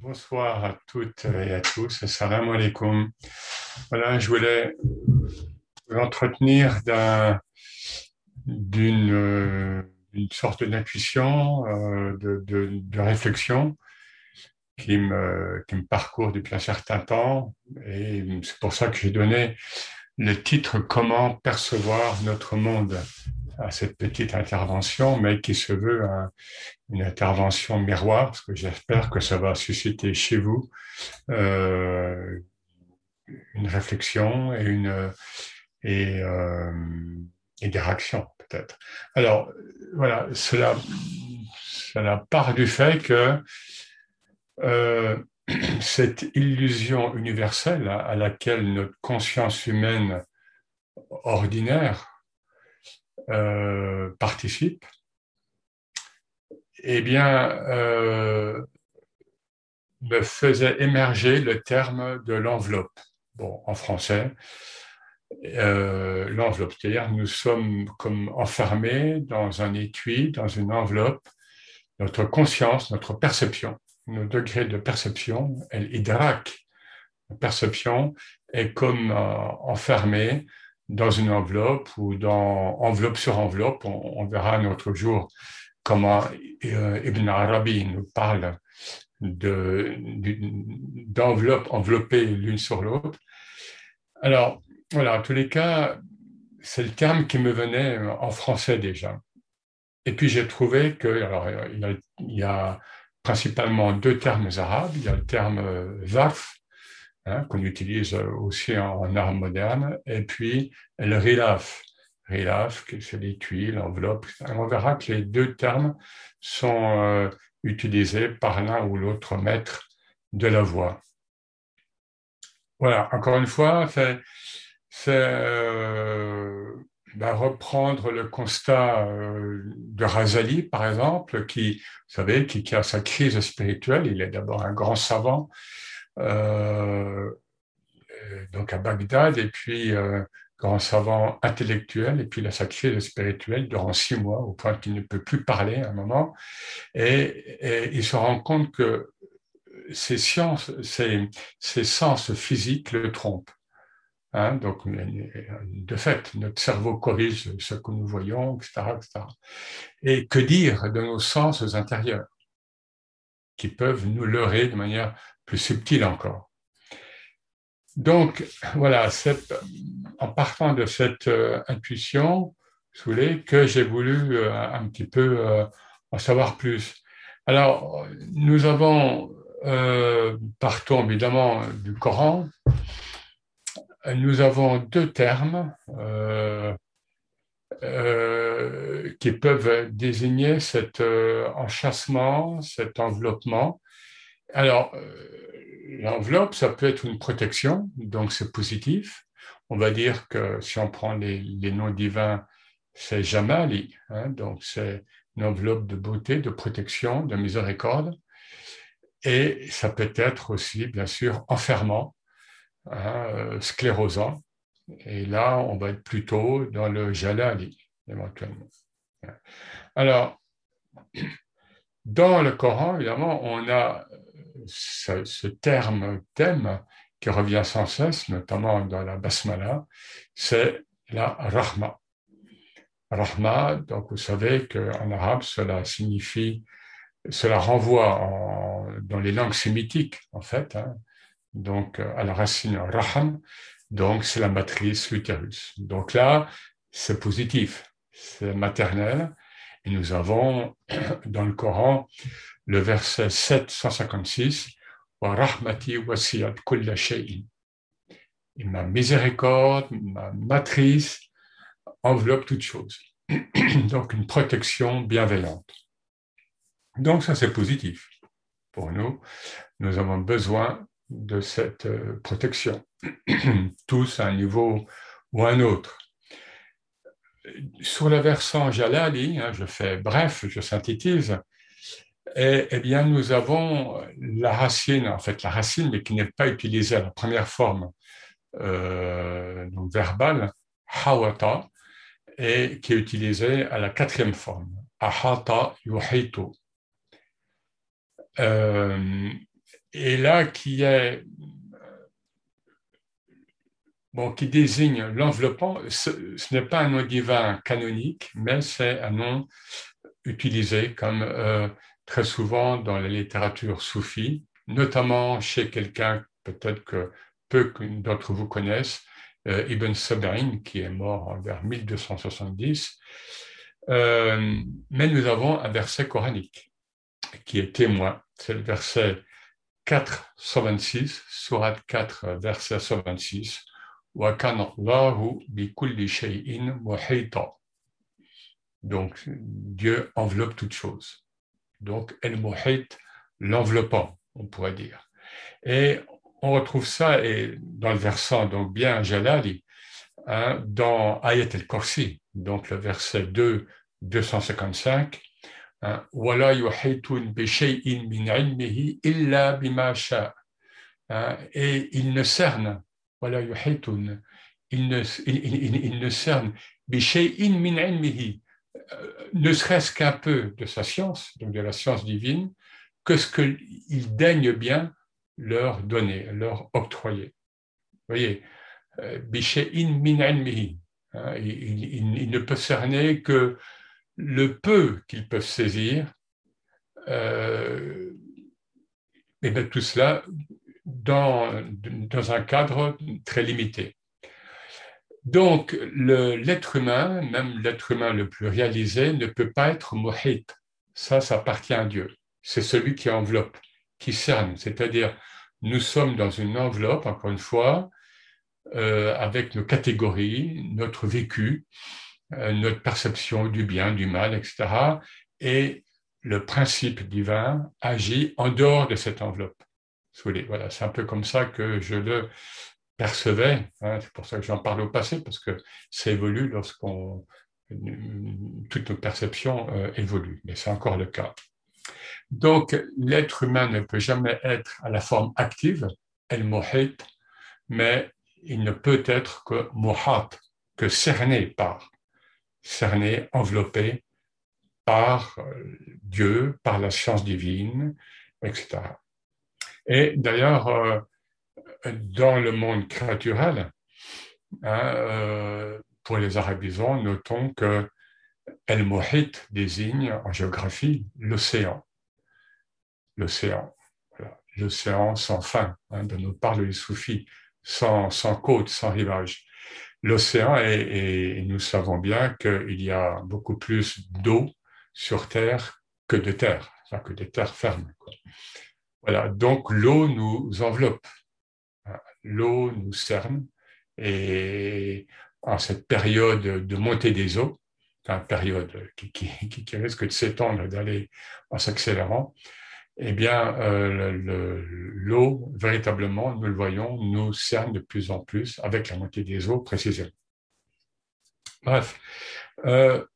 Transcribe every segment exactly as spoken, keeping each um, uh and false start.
Bonsoir à toutes et à tous. Assalamu alaikum. Voilà, je voulais vous entretenir d'un, d'une, euh, une sorte d'intuition, euh, de, de, de réflexion qui me, qui me parcourt depuis un certain temps. Et c'est pour ça que j'ai donné le titre Comment percevoir notre monde à cette petite intervention, mais qui se veut un, une intervention miroir, parce que j'espère que ça va susciter chez vous euh, une réflexion et, une, et, euh, et des réactions, peut-être. Alors, voilà, cela, cela part du fait que euh, cette illusion universelle à, à laquelle notre conscience humaine ordinaire euh, participe, eh bien, euh, me faisait émerger le terme de l'enveloppe. Bon, en français, euh, l'enveloppe, c'est-à-dire nous sommes comme enfermés dans un étui, dans une enveloppe, notre conscience, notre perception, nos degrés de perception, elle idrak, la perception est comme euh, enfermée dans une enveloppe ou dans enveloppe sur enveloppe. On, on verra un autre jour comment euh, Ibn Arabi nous parle de, d'enveloppes enveloppées l'une sur l'autre. Alors, voilà, en tous les cas, c'est le terme qui me venait en français déjà. Et puis j'ai trouvé que, alors, il y a, il y a principalement deux termes arabes. Il y a le terme zarf, hein, qu'on utilise aussi en, en arabe moderne, et puis le rilaf. Rilaf, c'est l'étui, l'enveloppe. On verra que les deux termes sont euh, utilisés par l'un ou l'autre maître de la voix. Voilà, encore une fois, c'est, c'est euh, ben, reprendre le constat euh, de Razali, par exemple, qui, vous savez, qui, qui a sa crise spirituelle. Il est d'abord un grand savant, euh, donc à Bagdad, et puis euh, grand savant intellectuel, et puis il a sa crise spirituelle durant six mois, au point qu'il ne peut plus parler à un moment, et, et il se rend compte que ces sciences, ces, ces sens physiques le trompent. Hein, donc, de fait, notre cerveau corrige ce que nous voyons, et cetera, et cetera. Et que dire de nos sens intérieurs, qui peuvent nous leurrer de manière plus subtile encore. Donc, voilà, c'est en partant de cette euh, intuition, si vous voulez, que j'ai voulu euh, un petit peu euh, en savoir plus. Alors, nous avons, euh, partons évidemment du Coran, nous avons deux termes euh, euh, qui peuvent désigner cet euh, enchâssement, cet enveloppement. Alors, euh, l'enveloppe, ça peut être une protection, donc c'est positif. On va dire que si on prend les, les noms divins, c'est Jamali, hein, donc c'est une enveloppe de beauté, de protection, de miséricorde. Et ça peut être aussi, bien sûr, enfermant, hein, euh, sclérosant. Et là, on va être plutôt dans le Jalali, éventuellement. Alors, dans le Coran, évidemment, on a ce, ce terme, thème, qui revient sans cesse, notamment dans la Basmala, c'est la Rahma. Rahma, donc vous savez qu'en arabe, cela signifie, cela renvoie en, dans les langues sémitiques, en fait, hein, donc à la racine Raham, donc c'est la matrice, l'utérus. Donc là, c'est positif, c'est maternel, et nous avons dans le Coran le verset sept cent cinquante-six, Wa rahmati wasiyat kulla shay'in. Et ma miséricorde, ma matrice enveloppe toute chose. Donc une protection bienveillante. Donc ça c'est positif pour nous. Nous avons besoin de cette protection, tous à un niveau ou à un autre. Sur le versant Jalali, hein, je fais bref, je synthétise, et, eh bien, nous avons la racine, en fait, la racine, mais qui n'est pas utilisée à la première forme euh, donc verbale, hawata, et qui est utilisée à la quatrième forme, ahata yuhitu. Euh, et là qui est bon, qui désigne l'enveloppant. Ce, ce n'est pas un nom divin canonique, mais c'est un nom utilisé comme euh, très souvent dans la littérature soufie, notamment chez quelqu'un peut-être que peu d'entre vous connaissent, euh, Ibn Sab'in, qui est mort vers mille deux cent soixante-dix. Euh, mais nous avons un verset coranique qui est témoin. C'est le verset quatre cent vingt-six, sourate quatre, verset cent vingt-six. Wa kana Allahu bi kulli shay'in muhita. Donc, Dieu enveloppe toute chose. Donc, el-muhit, l'enveloppant, on pourrait dire. Et on retrouve ça et dans le versant, donc bien Jalali, hein, dans Ayat al-Kursi, donc le verset deux, deux cent cinquante-cinq, hein, Wala yuhitun bi shay'in min ilmihi illa bima sha. Et il ne cerne, Wala yuhitun, il ne, il, il, il ne cerne bi shay'in min ilmihi, ne serait-ce qu'un peu de sa science, donc de la science divine, que ce qu'il daigne bien leur donner, leur octroyer. Vous voyez, Bishé'in min ilmihi, il ne peut cerner que le peu qu'ils peuvent saisir, euh, et bien tout cela dans, dans un cadre très limité. Donc, le, l'être humain, même l'être humain le plus réalisé, ne peut pas être muhit. Ça, ça appartient à Dieu. C'est celui qui enveloppe, qui cerne. C'est-à-dire, nous sommes dans une enveloppe, encore une fois, euh, avec nos catégories, notre vécu, euh, notre perception du bien, du mal, et cetera. Et le principe divin agit en dehors de cette enveloppe. Voilà, c'est un peu comme ça que je le percevait, hein, c'est pour ça que j'en parle au passé, parce que ça évolue lorsqu'on toutes nos perceptions euh, évoluent, mais c'est encore le cas. Donc, l'être humain ne peut jamais être à la forme active, el-muhit, mais il ne peut être que muhat, que cerné par, cerné, enveloppé par Dieu, par la science divine, et cetera. Et d'ailleurs, euh, dans le monde créaturel, hein, euh, pour les arabisants, notons que El-Muhit désigne en géographie l'océan. L'océan, voilà. L'océan sans fin, hein, dont nous parlent les soufis, sans, sans côte, sans rivage. L'océan, et nous savons bien qu'il y a beaucoup plus d'eau sur Terre que de terre, enfin que de terre ferme, quoi. Voilà, donc l'eau nous enveloppe. L'eau nous cerne et en cette période de montée des eaux, une période qui, qui, qui risque de s'étendre, d'aller en s'accélérant, eh bien, euh, le, l'eau, véritablement, nous le voyons, nous cerne de plus en plus avec la montée des eaux précisément. Bref. Euh,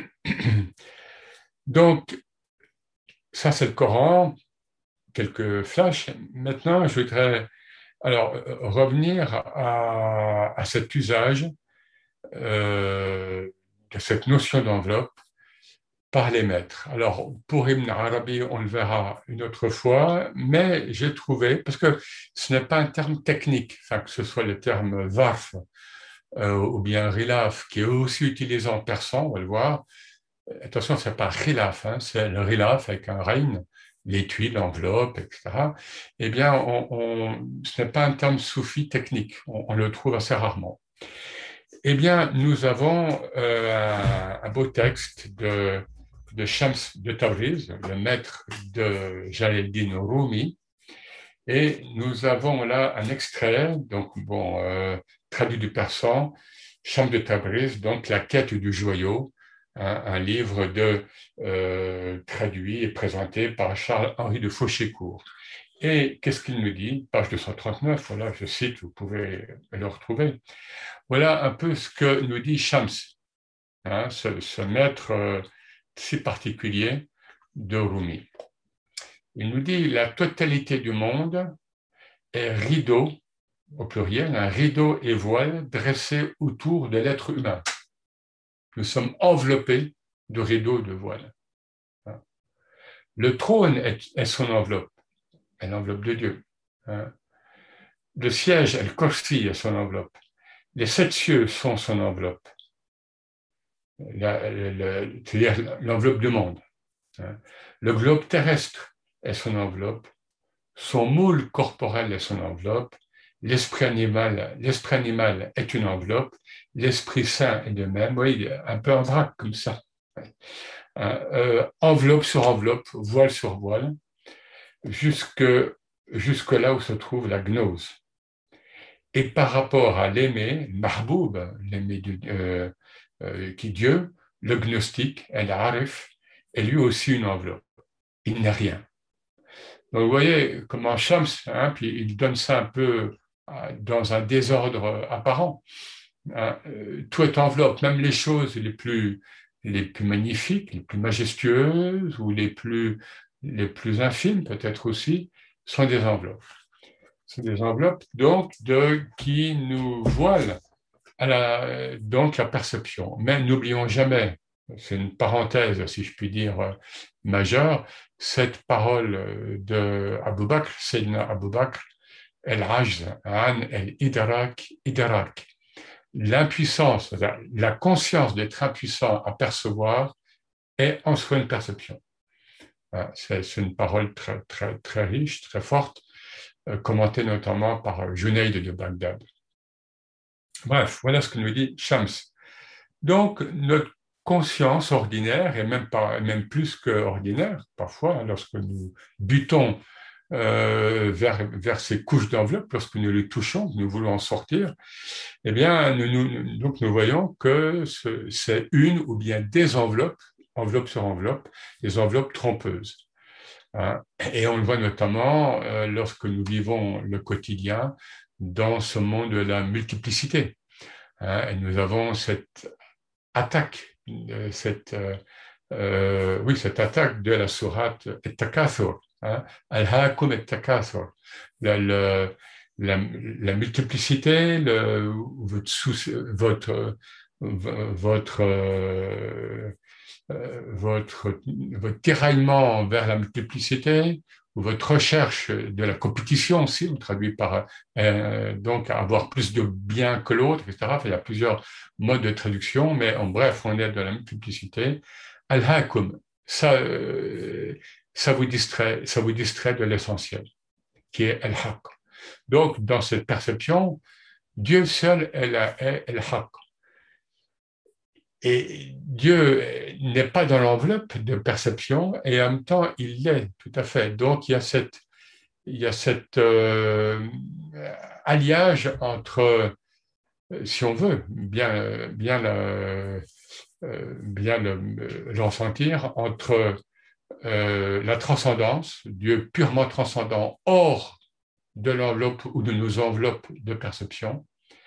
donc, ça, c'est le Coran, quelques flashs. Maintenant, je voudrais alors revenir à, à cet usage euh, de cette notion d'enveloppe par les maîtres. Alors, pour Ibn Arabi, on le verra une autre fois, mais j'ai trouvé, parce que ce n'est pas un terme technique, enfin, que ce soit le terme varf euh, ou bien rilaf, qui est aussi utilisé en persan, on va le voir. Attention, ce n'est pas rilaf, hein, c'est le rilaf avec un rein, l'étui, l'enveloppe, et cetera. Eh bien, on, on, ce n'est pas un terme soufi technique, on, on le trouve assez rarement. Eh bien, nous avons euh, un, un beau texte de, de Shams de Tabriz, le maître de Jalaluddin Rumi, et nous avons là un extrait, donc bon, euh, traduit du persan, Shams de Tabriz, donc La quête du joyau, hein, un livre de, euh, traduit et présenté par Charles-Henri de Fauchécourt. Et qu'est-ce qu'il nous dit? Page deux cent trente-neuf, voilà, je cite, vous pouvez le retrouver. Voilà un peu ce que nous dit Shams, hein, ce, ce maître euh, si particulier de Rumi. Il nous dit la totalité du monde est rideau, au pluriel, un rideau et voile dressé autour de l'être humain. Nous sommes enveloppés de rideaux de voile. Le trône est, est son enveloppe. est l'enveloppe de Dieu. Hein. Le siège, el-Kursi, est son enveloppe. Les sept cieux sont son enveloppe. La, la, la, c'est-à-dire l'enveloppe du monde. Hein. Le globe terrestre est son enveloppe. Son moule corporel est son enveloppe. L'esprit animal, l'esprit animal est une enveloppe. L'esprit saint est de même. Oui, un peu en vrac comme ça. Euh, enveloppe sur enveloppe, voile sur voile, jusque, jusque là où se trouve la gnose. Et par rapport à l'aimé, Mahboub, l'aimé de, euh, euh, qui Dieu, le gnostique, el-arif, est lui aussi une enveloppe. Il n'est rien. Donc vous voyez comment Shams, hein, puis il donne ça un peu dans un désordre apparent. Hein, tout est enveloppe, même les choses les plus, les plus magnifiques, les plus majestueuses ou les plus, les plus infimes peut-être aussi, sont des enveloppes. C'est des enveloppes donc de, qui nous voilent à la, donc la perception. Mais n'oublions jamais, c'est une parenthèse si je puis dire majeure, cette parole de Abu Bakr, Sayyidina Abu Bakr, el-ajz an el-idrak idrak. L'impuissance, la conscience d'être impuissant à percevoir est en soi une perception. C'est une parole très, très, très riche, très forte, commentée notamment par Junayd de Bagdad. Bref, voilà ce que nous dit Shams. Donc, notre conscience ordinaire, et même, pas, même plus qu'ordinaire, parfois, lorsque nous butons euh, vers, vers ces couches d'enveloppe, lorsque nous les touchons, nous voulons en sortir, eh bien, nous, nous, donc nous voyons que ce, c'est une ou bien des enveloppes, enveloppe sur enveloppe, des enveloppes trompeuses. Hein. Et on le voit notamment euh, lorsque nous vivons le quotidien dans ce monde de la multiplicité. Hein. Et nous avons cette attaque, cette, euh, euh, oui, cette attaque de la sourate et-takathur, hein, al-haakum et-takathur, la, la, la, la multiplicité, le, votre, sous, votre, votre, euh, votre, votre tiraillement vers la multiplicité, ou votre recherche de la compétition aussi, on traduit par euh, donc avoir plus de biens que l'autre, et cetera. Enfin, il y a plusieurs modes de traduction, mais en bref, on est de la multiplicité. Al-haakum, ça, euh, ça vous distrait, ça vous distrait de l'essentiel, qui est al-haq. Donc, dans cette perception, Dieu seul est al-haq. Et Dieu n'est pas dans l'enveloppe de perception, et en même temps, il l'est, tout à fait. Donc, il y a cette, il y a cet euh, alliage entre, si on veut, bien, bien, le, bien le, l'en sentir, entre euh, la transcendance, Dieu purement transcendant, hors de l'enveloppe ou de nos enveloppes de perception,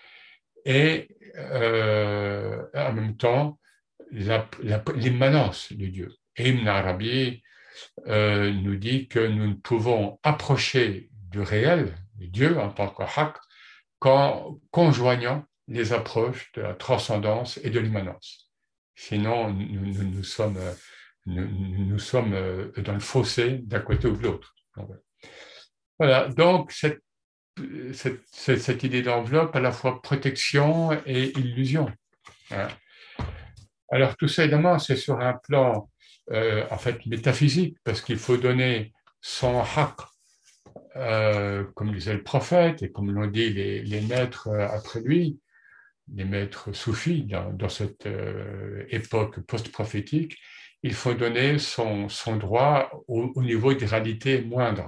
et euh, en même temps la, la, l'immanence de Dieu. Et Ibn Arabi euh, nous dit que nous ne pouvons approcher du réel, de Dieu en tant que haq, qu'en conjoignant les approches de la transcendance et de l'immanence. Sinon, nous, nous, nous, sommes, nous, nous sommes dans le fossé d'un côté ou de l'autre. Voilà, donc cette Cette, cette idée d'enveloppe, à la fois protection et illusion. Hein. Alors tout ça, évidemment, c'est sur un plan, euh, en fait, métaphysique, parce qu'il faut donner son haq, euh, comme disait le prophète, et comme l'ont dit les, les maîtres après lui, les maîtres soufis dans, dans cette euh, époque post-prophétique, il faut donner son, son droit au, au niveau des réalités moindres.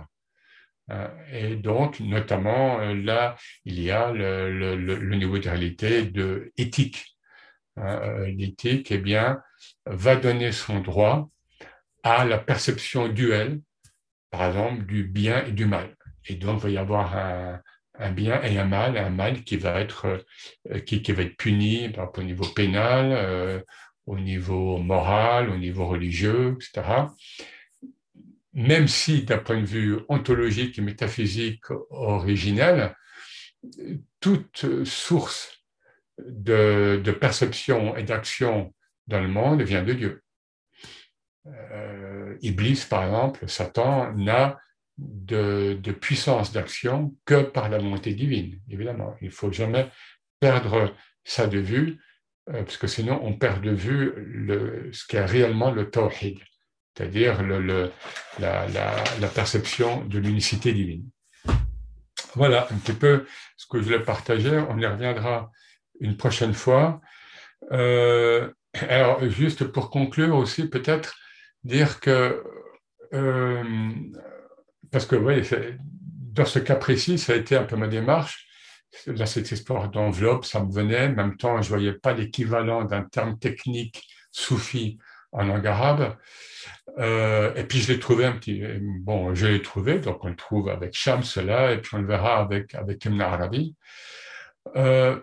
Et donc, notamment, là, il y a le, le, le niveau de réalité de éthique. L'éthique, eh bien, va donner son droit à la perception duelle, par exemple, du bien et du mal. Et donc, il va y avoir un, un bien et un mal, un mal qui va être, qui, qui va être puni par exemple, au niveau pénal, euh, au niveau moral, au niveau religieux, et cetera. Même si, d'un point de vue ontologique et métaphysique originel, toute source de, de perception et d'action dans le monde vient de Dieu. Euh, Iblis, par exemple, Satan, n'a de, de puissance d'action que par la volonté divine, évidemment. Il ne faut jamais perdre ça de vue, euh, parce que sinon on perd de vue le, ce qu'est réellement le tawhid, c'est-à-dire le, le, la, la, la perception de l'unicité divine. Voilà un petit peu ce que je voulais partager. On y reviendra une prochaine fois. Euh, alors, juste pour conclure aussi, peut-être dire que, euh, parce que oui, dans ce cas précis, ça a été un peu ma démarche. Là, cette histoire d'enveloppe, ça me venait. En même temps, je ne voyais pas l'équivalent d'un terme technique soufi en langue arabe. Euh, et puis je l'ai trouvé un petit, bon, je l'ai trouvé, donc on le trouve avec Shams là, et puis on le verra avec avec Ibn Arabi. Euh,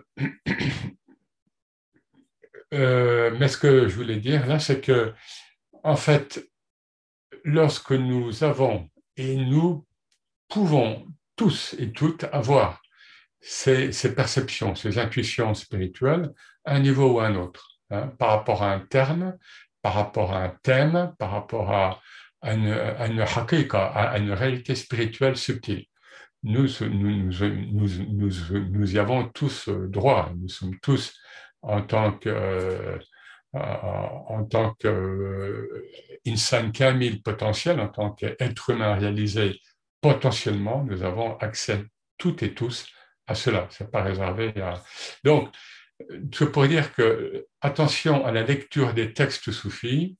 euh, mais ce que je voulais dire là, c'est que en fait, lorsque nous avons et nous pouvons tous et toutes avoir ces, ces perceptions, ces intuitions spirituelles à un niveau ou à un autre, hein, par rapport à un terme, par rapport à un thème, par rapport à, à une, à une haqiqa, à une réalité spirituelle subtile. Nous, nous, nous, nous, nous, nous y avons tous droit. Nous sommes tous, en tant que, euh, en tant que euh, insan kamil potentiel, en tant qu'être humain réalisé potentiellement, nous avons accès toutes et tous à cela. C'est pas réservé à. Donc, je pourrais dire que attention à la lecture des textes soufis.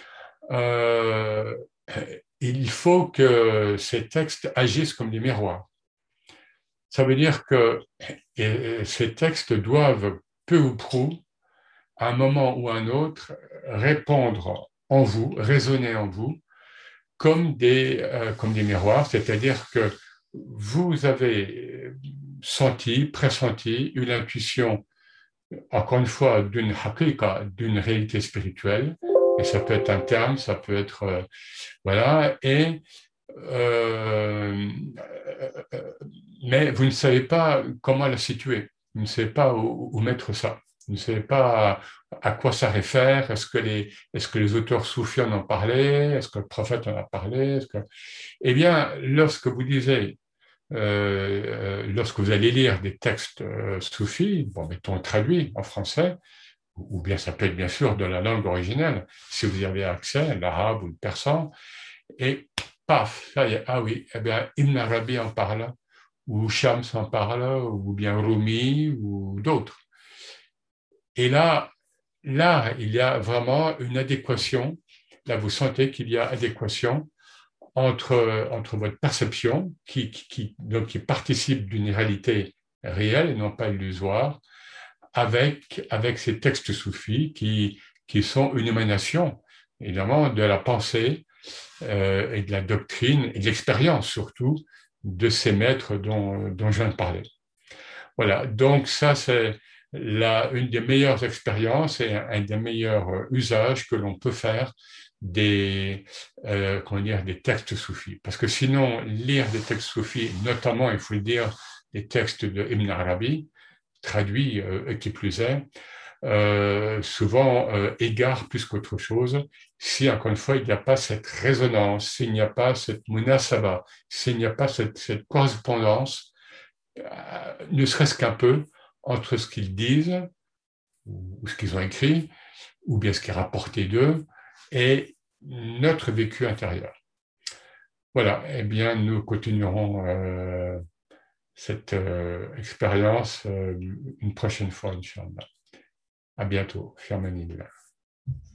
Euh, il faut que ces textes agissent comme des miroirs. Ça veut dire que et ces textes doivent peu ou prou, à un moment ou à un autre, répondre en vous, résonner en vous, comme des, euh, comme des miroirs, c'est-à-dire que vous avez senti, pressenti, eu l'intuition, encore une fois, d'une haqiqa, d'une réalité spirituelle, et ça peut être un terme, ça peut être, euh, voilà, et euh, euh, mais vous ne savez pas comment la situer, vous ne savez pas où, où mettre ça, vous ne savez pas à, à quoi ça réfère, est-ce que les, est-ce que les auteurs soufis en ont parlé, est-ce que le prophète en a parlé, est-ce que... Eh bien, lorsque vous lisez, euh, lorsque vous allez lire des textes euh, soufis, bon, mettons traduits en français, ou bien ça peut être bien sûr de la langue originelle, si vous y avez accès, l'arabe ou le persan, et paf, ça y est, ah oui, eh bien, Ibn Arabi en parle, ou Shams en parle, ou bien Rumi, ou d'autres. Et là, là, il y a vraiment une adéquation, là vous sentez qu'il y a adéquation entre, entre votre perception, qui, qui, donc, qui participe d'une réalité réelle et non pas illusoire, avec, avec ces textes soufis qui, qui sont une émanation, évidemment, de la pensée euh, et de la doctrine et de l'expérience surtout de ces maîtres dont, dont je viens de parler. Voilà, donc ça c'est la, une des meilleures expériences et un, un des meilleurs usages que l'on peut faire des, euh, comment dire, des textes soufis. Parce que sinon, lire des textes soufis, notamment, il faut le dire, des textes de Ibn Arabi, traduits, euh, qui plus est, euh, souvent euh, égare plus qu'autre chose, si encore une fois il n'y a pas cette résonance, s'il n'y a pas cette munasaba, s'il n'y a pas cette, cette correspondance, euh, ne serait-ce qu'un peu, entre ce qu'ils disent, ou, ou ce qu'ils ont écrit, ou bien ce qui est rapporté d'eux, et notre vécu intérieur. Voilà, eh bien nous continuerons euh, cette euh, expérience euh, une prochaine fois, Inch'Allah. À bientôt. Fi amanillah.